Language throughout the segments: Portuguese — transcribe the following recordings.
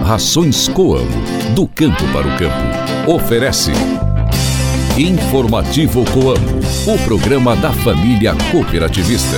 Rações Coamo, do campo para o campo. Oferece Informativo Coamo, o programa da família cooperativista.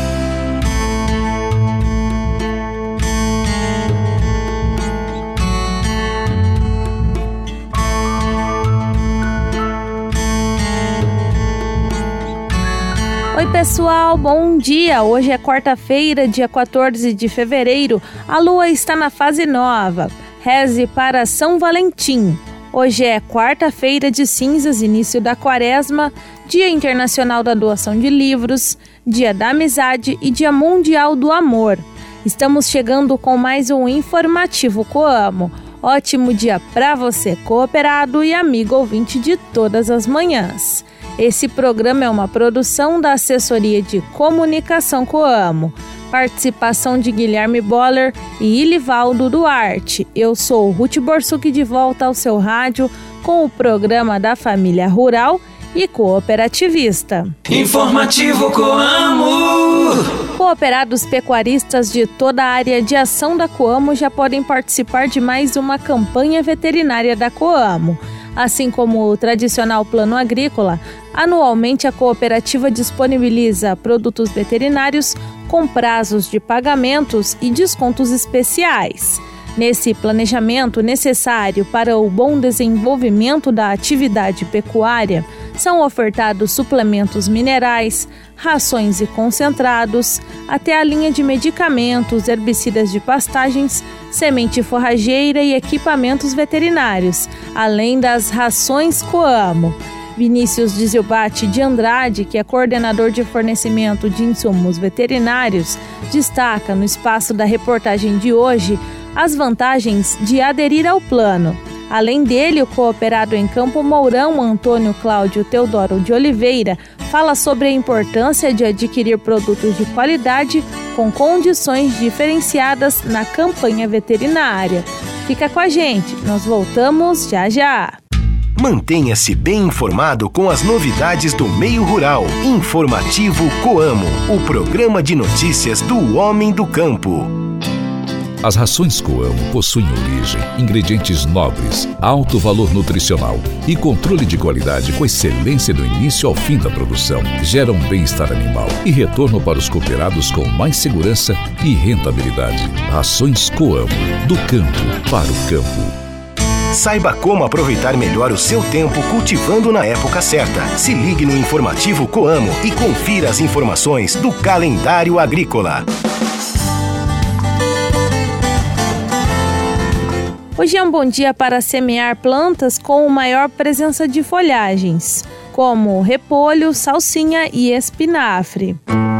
Oi pessoal, bom dia! Hoje é quarta-feira, dia 14 de fevereiro, a lua está na fase nova. Reze para São Valentim. Hoje é quarta-feira de cinzas, início da quaresma, Dia Internacional da Doação de Livros, Dia da Amizade e Dia Mundial do Amor. Estamos chegando com mais um Informativo Coamo. Ótimo dia para você, cooperado e amigo ouvinte de todas as manhãs. Esse programa é uma produção da Assessoria de Comunicação Coamo. Participação de Guilherme Boller e Ilivaldo Duarte. Eu sou Ruth Borsuk, de volta ao seu rádio com o programa da família rural e cooperativista. Informativo Coamo. Cooperados pecuaristas de toda a área de ação da Coamo já podem participar de mais uma campanha veterinária da Coamo. Assim como o tradicional plano agrícola, anualmente a cooperativa disponibiliza produtos veterinários com prazos de pagamentos e descontos especiais. Nesse planejamento necessário para o bom desenvolvimento da atividade pecuária, são ofertados suplementos minerais, rações e concentrados, até a linha de medicamentos, herbicidas de pastagens, semente forrageira e equipamentos veterinários, além das rações Coamo. Vinícius Dizilbati de Andrade, que é coordenador de fornecimento de insumos veterinários, destaca no espaço da reportagem de hoje as vantagens de aderir ao plano. Além dele, o cooperado em Campo Mourão, Antônio Cláudio Teodoro de Oliveira, fala sobre a importância de adquirir produtos de qualidade com condições diferenciadas na campanha veterinária. Fica com a gente, nós voltamos já já. Mantenha-se bem informado com as novidades do meio rural. Informativo Coamo, o programa de notícias do homem do campo. As rações Coamo possuem origem, ingredientes nobres, alto valor nutricional e controle de qualidade com excelência do início ao fim da produção. Geram bem-estar animal e retorno para os cooperados com mais segurança e rentabilidade. Rações Coamo, do campo para o campo. Saiba como aproveitar melhor o seu tempo cultivando na época certa. Se ligue no Informativo Coamo e confira as informações do calendário agrícola. Hoje é um bom dia para semear plantas com maior presença de folhagens, como repolho, salsinha e espinafre.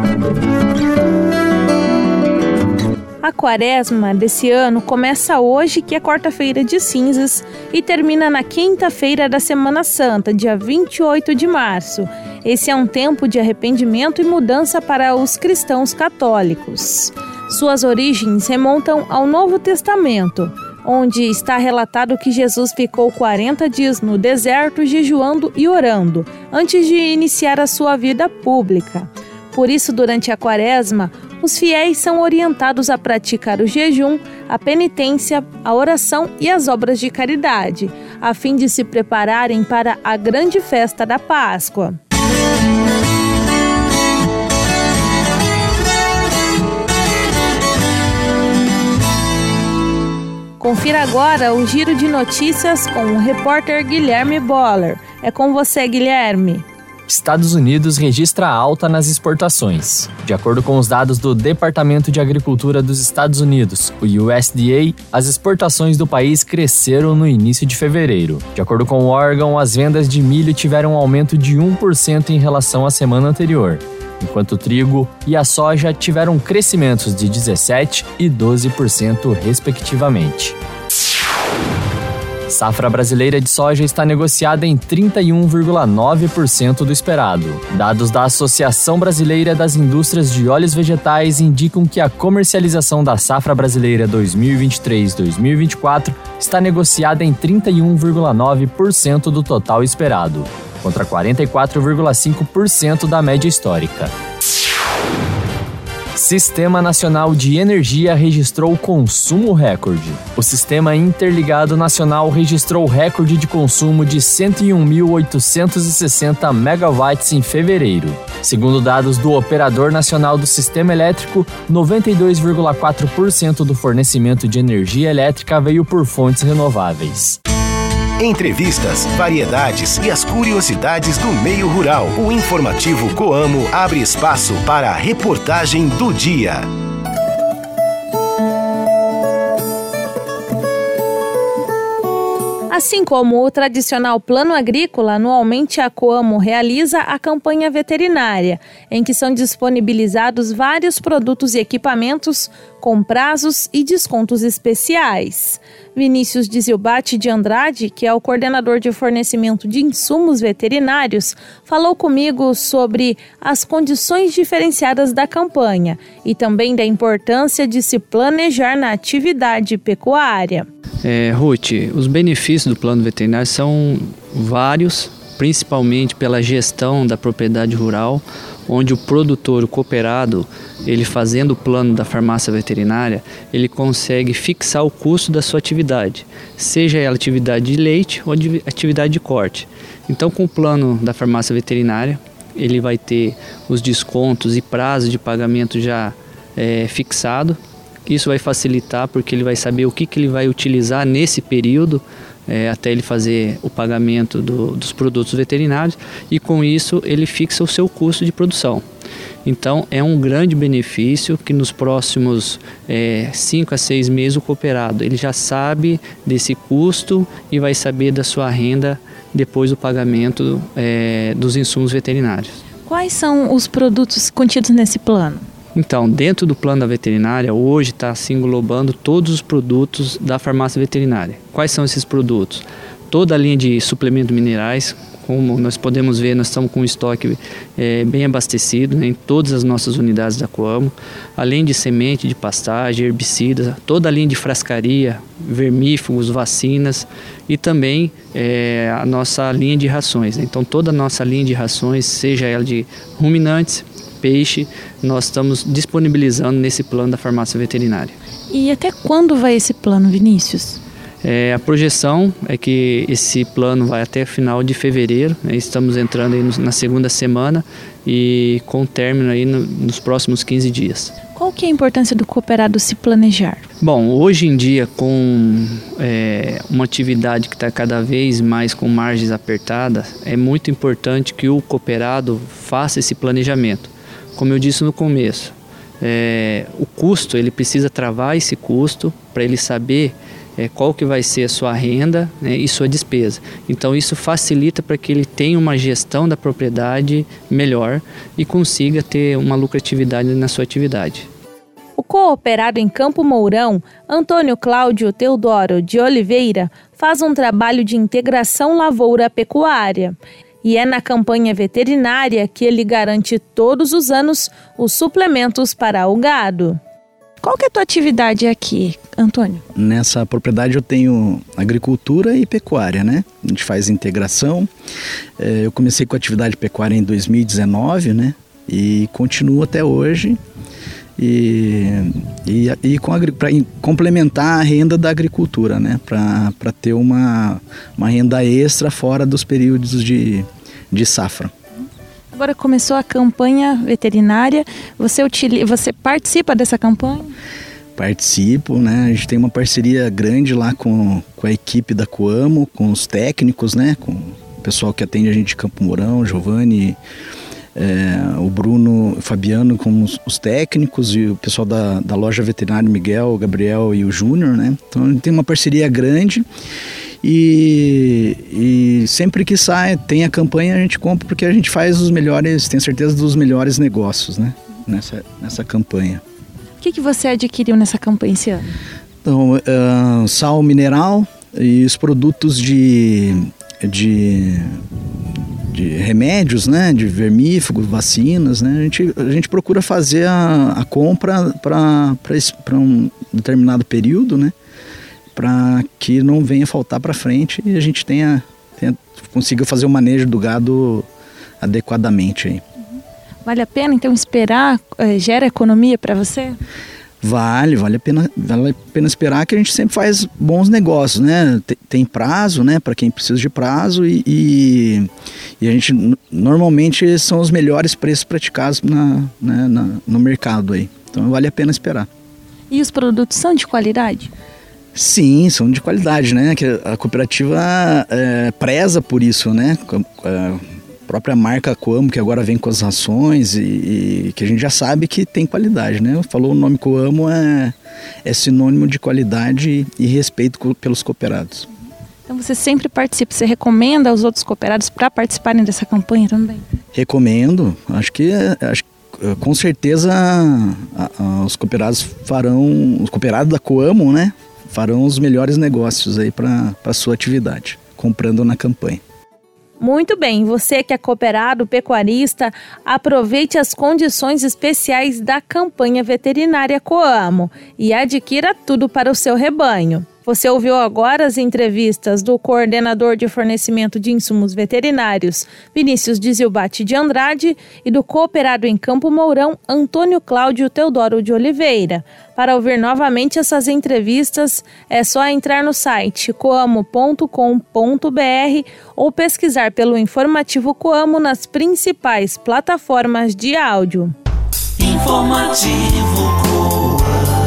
A quaresma desse ano começa hoje, que é quarta-feira de cinzas, e termina na quinta-feira da Semana Santa, dia 28 de março. Esse é um tempo de arrependimento e mudança para os cristãos católicos. Suas origens remontam ao Novo Testamento, onde está relatado que Jesus ficou 40 dias no deserto jejuando e orando, antes de iniciar a sua vida pública. Por isso, durante a quaresma, os fiéis são orientados a praticar o jejum, a penitência, a oração e as obras de caridade, a fim de se prepararem para a grande festa da Páscoa. Confira agora o giro de notícias com o repórter Guilherme Boller. É com você, Guilherme. Estados Unidos registra alta nas exportações. De acordo com os dados do Departamento de Agricultura dos Estados Unidos, o USDA, as exportações do país cresceram no início de fevereiro. De acordo com o órgão, as vendas de milho tiveram um aumento de 1% em relação à semana anterior, enquanto o trigo e a soja tiveram crescimentos de 17% e 12%, respectivamente. Safra brasileira de soja está negociada em 31,9% do esperado. Dados da Associação Brasileira das Indústrias de Óleos Vegetais indicam que a comercialização da safra brasileira 2023-2024 está negociada em 31,9% do total esperado, contra 44,5% da média histórica. Sistema Nacional de Energia registrou consumo recorde. O Sistema Interligado Nacional registrou recorde de consumo de 101.860 megawatts em fevereiro. Segundo dados do Operador Nacional do Sistema Elétrico, 92,4% do fornecimento de energia elétrica veio por fontes renováveis. Entrevistas, variedades e as curiosidades do meio rural. O informativo Coamo abre espaço para a reportagem do dia. Assim como o tradicional plano agrícola, anualmente a Coamo realiza a campanha veterinária, em que são disponibilizados vários produtos e equipamentos com prazos e descontos especiais. Vinícius Dizilbati de Andrade, que é o coordenador de fornecimento de insumos veterinários, falou comigo sobre as condições diferenciadas da campanha e também da importância de se planejar na atividade pecuária. Ruth, os benefícios do plano veterinário são vários, principalmente pela gestão da propriedade rural, onde o produtor, o cooperado, ele fazendo o plano da farmácia veterinária, ele consegue fixar o custo da sua atividade, seja ela atividade de leite ou de atividade de corte. Então, com o plano da farmácia veterinária, ele vai ter os descontos e prazo de pagamento já fixado. Isso vai facilitar porque ele vai saber o que ele vai utilizar nesse período até ele fazer o pagamento dos produtos veterinários, e com isso ele fixa o seu custo de produção. Então é um grande benefício que nos próximos 5 a 6 meses o cooperado ele já sabe desse custo e vai saber da sua renda depois do pagamento dos insumos veterinários. Quais são os produtos contidos nesse plano? Então, dentro do plano da veterinária, hoje está se englobando todos os produtos da farmácia veterinária. Quais são esses produtos? Toda a linha de suplementos minerais, como nós podemos ver, nós estamos com um estoque bem abastecido, né, em todas as nossas unidades da Coamo, além de semente, de pastagem, herbicidas, toda a linha de frascaria, vermífugos, vacinas e também a nossa linha de rações. Então, toda a nossa linha de rações, seja ela de ruminantes, peixe, nós estamos disponibilizando nesse plano da farmácia veterinária. E até quando vai esse plano, Vinícius? A projeção é que esse plano vai até final de fevereiro, né? Estamos entrando aí na segunda semana e com término aí nos próximos 15 dias. Qual que é a importância do cooperado se planejar? Bom, hoje em dia, com uma atividade que está cada vez mais com margens apertadas, é muito importante que o cooperado faça esse planejamento. Como eu disse no começo, o custo, ele precisa travar esse custo para ele saber qual que vai ser a sua renda, né, e sua despesa. Então isso facilita para que ele tenha uma gestão da propriedade melhor e consiga ter uma lucratividade na sua atividade. O cooperado em Campo Mourão, Antônio Cláudio Teodoro de Oliveira, faz um trabalho de integração lavoura-pecuária. E é na campanha veterinária que ele garante todos os anos os suplementos para o gado. Qual que é a tua atividade aqui, Antônio? Nessa propriedade eu tenho agricultura e pecuária, né? A gente faz integração. Eu comecei com a atividade pecuária em 2019, né? E continuo até hoje. Para complementar a renda da agricultura, né? Para ter uma renda extra fora dos períodos de safra. Agora começou a campanha veterinária, você participa dessa campanha? Participo, né? A gente tem uma parceria grande lá com a equipe da Coamo, com os técnicos, né? Com o pessoal que atende a gente de Campo Mourão, Giovanni, o Bruno, o Fabiano como os técnicos e o pessoal da loja veterinária Miguel, o Gabriel e o Júnior, né? Então a gente tem uma parceria grande e sempre que sai, tem a campanha, a gente compra porque a gente faz os melhores, tem certeza dos melhores negócios, né? Nessa campanha. O que você adquiriu nessa campanha esse ano? Então, sal mineral e os produtos de remédios, né, de vermífugos, vacinas, né, a gente procura fazer a compra para um determinado período, né, para que não venha faltar para frente e a gente consiga fazer o manejo do gado adequadamente aí. Vale a pena, então, esperar? Gera economia para você? Vale a pena esperar, que a gente sempre faz bons negócios, né? Tem prazo, né? Para quem precisa de prazo e a gente normalmente são os melhores preços praticados no mercado aí. Então vale a pena esperar. E os produtos são de qualidade? Sim, são de qualidade, né? Que a cooperativa preza por isso, né? A própria marca Coamo, que agora vem com as rações e que a gente já sabe que tem qualidade, né? Falou o nome Coamo, é sinônimo de qualidade e respeito pelos cooperados. Então você sempre participa, você recomenda aos outros cooperados para participarem dessa campanha também? Recomendo, acho que com certeza os cooperados da Coamo, né? Farão os melhores negócios aí para a sua atividade, comprando na campanha. Muito bem, você que é cooperado, pecuarista, aproveite as condições especiais da campanha veterinária Coamo e adquira tudo para o seu rebanho. Você ouviu agora as entrevistas do coordenador de fornecimento de insumos veterinários, Vinícius Dizilbati de Andrade, e do cooperado em Campo Mourão, Antônio Cláudio Teodoro de Oliveira. Para ouvir novamente essas entrevistas, é só entrar no site coamo.com.br ou pesquisar pelo informativo Coamo nas principais plataformas de áudio. Informativo Coamo.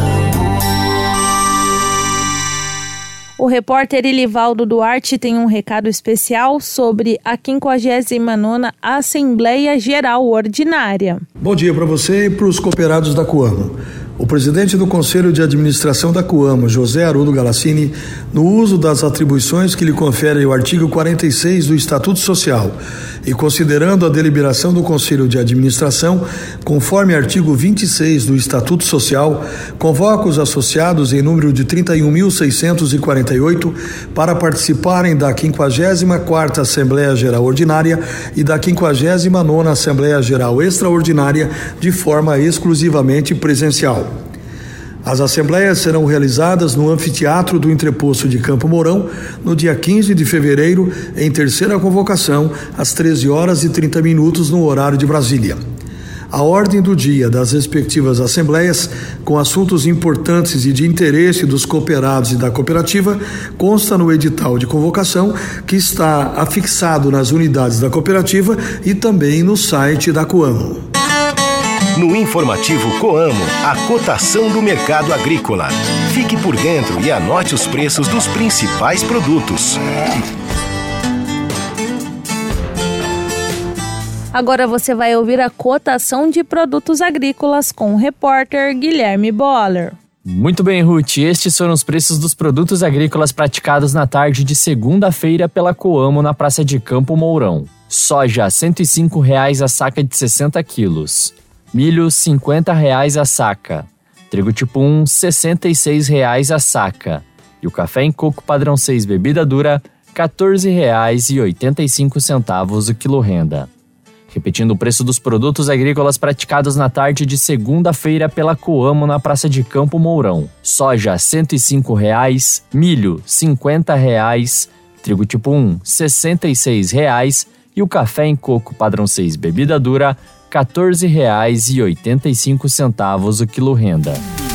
O repórter Ilivaldo Duarte tem um recado especial sobre a 59ª Assembleia Geral Ordinária. Bom dia para você e para os cooperados da Coamo. O presidente do Conselho de Administração da Coamo, José Haroldo Galassini, no uso das atribuições que lhe confere o artigo 46 do Estatuto Social e considerando a deliberação do Conselho de Administração, conforme artigo 26 do Estatuto Social, convoca os associados em número de 31.648 para participarem da 54ª Assembleia Geral Ordinária e da 59ª Assembleia Geral Extraordinária de forma exclusivamente presencial. As assembleias serão realizadas no anfiteatro do Entreposto de Campo Mourão no dia 15 de fevereiro, em terceira convocação, às 13h30 no horário de Brasília. A ordem do dia das respectivas assembleias, com assuntos importantes e de interesse dos cooperados e da cooperativa, consta no edital de convocação, que está afixado nas unidades da cooperativa e também no site da Coamo. No informativo Coamo, a cotação do mercado agrícola. Fique por dentro e anote os preços dos principais produtos. Agora você vai ouvir a cotação de produtos agrícolas com o repórter Guilherme Boller. Muito bem, Ruth. Estes foram os preços dos produtos agrícolas praticados na tarde de segunda-feira pela Coamo na Praça de Campo Mourão. Soja, R$ 105,00 a saca de 60 quilos. Milho, R$ 50,00 a saca. Trigo tipo 1, R$ 66,00 a saca. E o café em coco padrão 6 bebida dura, R$ 14,85 o quilo renda. Repetindo o preço dos produtos agrícolas praticados na tarde de segunda-feira pela Coamo na Praça de Campo Mourão. Soja, R$ 105,00, milho, R$ 50,00, trigo tipo 1, R$ 66,00 e o café em coco padrão 6 bebida dura, R$ 14,85 o quilo renda.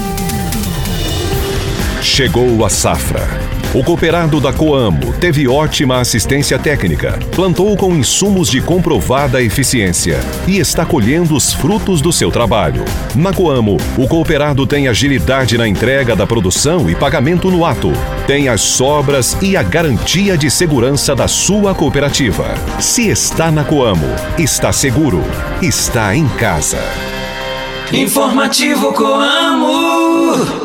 Chegou a safra. O cooperado da Coamo teve ótima assistência técnica, plantou com insumos de comprovada eficiência e está colhendo os frutos do seu trabalho. Na Coamo, o cooperado tem agilidade na entrega da produção e pagamento no ato. Tem as sobras e a garantia de segurança da sua cooperativa. Se está na Coamo, está seguro, está em casa. Informativo Coamo.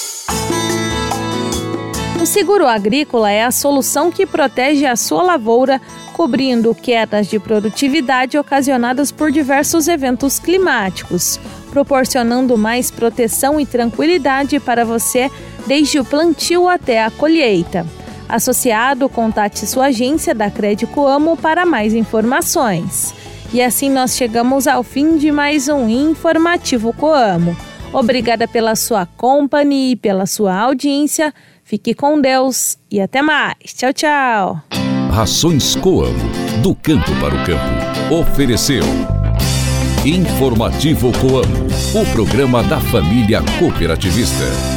O seguro agrícola é a solução que protege a sua lavoura, cobrindo quedas de produtividade ocasionadas por diversos eventos climáticos, proporcionando mais proteção e tranquilidade para você desde o plantio até a colheita. Associado, contate sua agência da Crédito Coamo para mais informações. E assim nós chegamos ao fim de mais um Informativo Coamo. Obrigada pela sua companhia e pela sua audiência. Fique com Deus e até mais. Tchau, tchau. Rações Coamo, do campo para o campo. Ofereceu Informativo Coamo, o programa da família cooperativista.